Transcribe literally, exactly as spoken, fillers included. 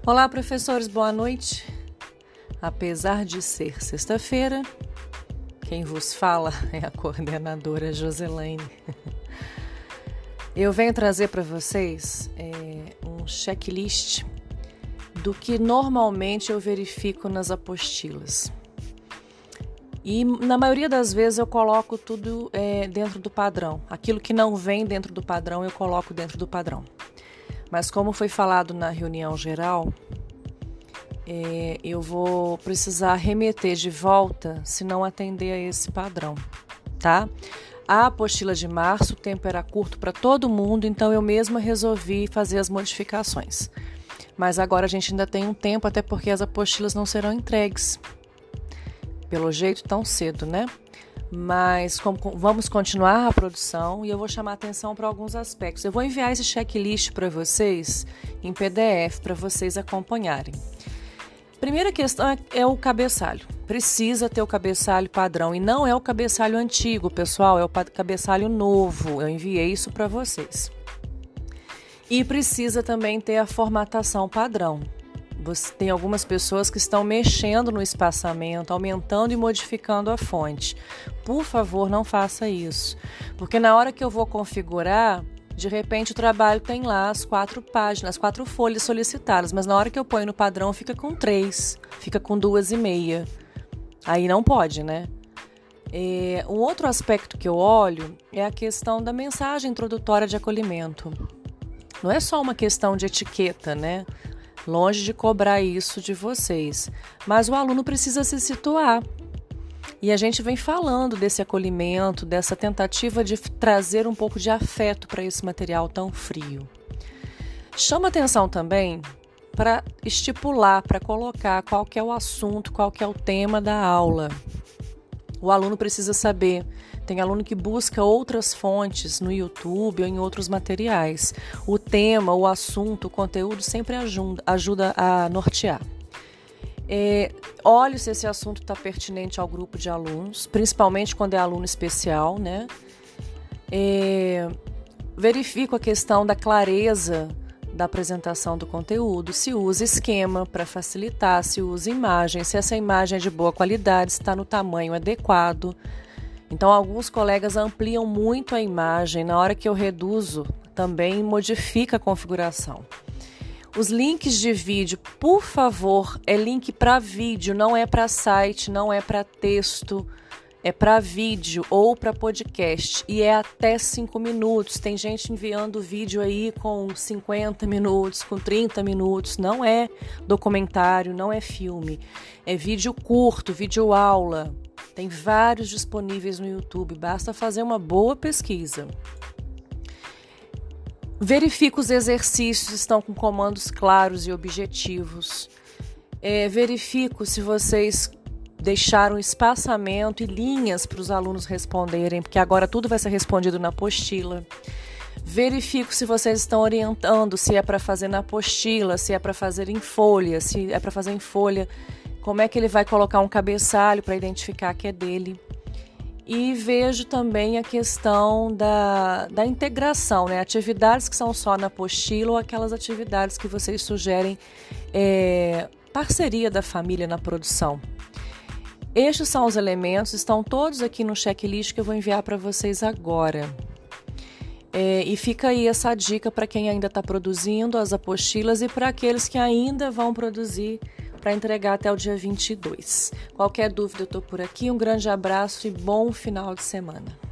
Olá, professores, boa noite. Apesar de ser sexta-feira, quem vos fala é a coordenadora Joselaine. Eu venho trazer para vocês é, um checklist do que normalmente eu verifico nas apostilas. E na maioria das vezes eu coloco tudo é, dentro do padrão. Aquilo que não vem dentro do padrão, eu coloco dentro do padrão. Mas como foi falado na reunião geral, é, eu vou precisar remeter de volta se não atender a esse padrão, tá? A apostila de março, o tempo era curto para todo mundo, então eu mesma resolvi fazer as modificações. Mas agora a gente ainda tem um tempo, até porque as apostilas não serão entregues, pelo jeito tão cedo, né? Mas como, vamos continuar a produção e eu vou chamar a atenção para alguns aspectos. Eu vou enviar esse checklist para vocês em P D F para vocês acompanharem. Primeira questão é, é o cabeçalho. Precisa ter o cabeçalho padrão e não é o cabeçalho antigo, pessoal, é o cabeçalho novo. Eu enviei isso para vocês. E precisa também ter a formatação padrão. Você tem algumas pessoas que estão mexendo no espaçamento, aumentando e modificando a fonte. Por favor, não faça isso, porque na hora que eu vou configurar, de repente o trabalho tem lá as quatro páginas, as quatro folhas solicitadas, mas na hora que eu ponho no padrão fica com três, fica com duas e meia. Aí não pode, né? É, um outro aspecto que eu olho é a questão da mensagem introdutória de acolhimento. Não é só uma questão de etiqueta, né? Longe de cobrar isso de vocês, mas o aluno precisa se situar. E a gente vem falando desse acolhimento, dessa tentativa de trazer um pouco de afeto para esse material tão frio. Chama atenção também para estipular, para colocar qual que é o assunto, qual que é o tema da aula. O aluno precisa saber. Tem aluno que busca outras fontes no YouTube ou em outros materiais. O tema, o assunto, o conteúdo sempre ajuda, ajuda a nortear. É, olhe se esse assunto está pertinente ao grupo de alunos, principalmente quando é aluno especial, né? É, verifico a questão da clareza da apresentação do conteúdo, se usa esquema para facilitar, se usa imagem, se essa imagem é de boa qualidade, se está no tamanho adequado. Então, alguns colegas ampliam muito a imagem, na hora que eu reduzo, também modifica a configuração. Os links de vídeo, por favor, é link para vídeo, não é para site, não é para texto, é para vídeo ou para podcast e é até cinco minutos. Tem gente enviando vídeo aí com cinquenta minutos, com trinta minutos, não é documentário, não é filme, é vídeo curto, vídeo aula. Tem vários disponíveis no YouTube, basta fazer uma boa pesquisa. Verifique os exercícios, estão com comandos claros e objetivos. É, verifico se vocês deixaram espaçamento e linhas para os alunos responderem, porque agora tudo vai ser respondido na apostila. Verifico se vocês estão orientando, se é para fazer na apostila, se é para fazer em folha, se é para fazer em folha. Como é que ele vai colocar um cabeçalho para identificar que é dele. E vejo também a questão da, da integração, né? Atividades que são só na apostila ou aquelas atividades que vocês sugerem é, parceria da família na produção. Estes são os elementos, estão todos aqui no checklist que eu vou enviar para vocês agora. É, e fica aí essa dica para quem ainda está produzindo as apostilas e para aqueles que ainda vão produzir para entregar até o dia vinte e dois. Qualquer dúvida eu estou por aqui. Um grande abraço e bom final de semana.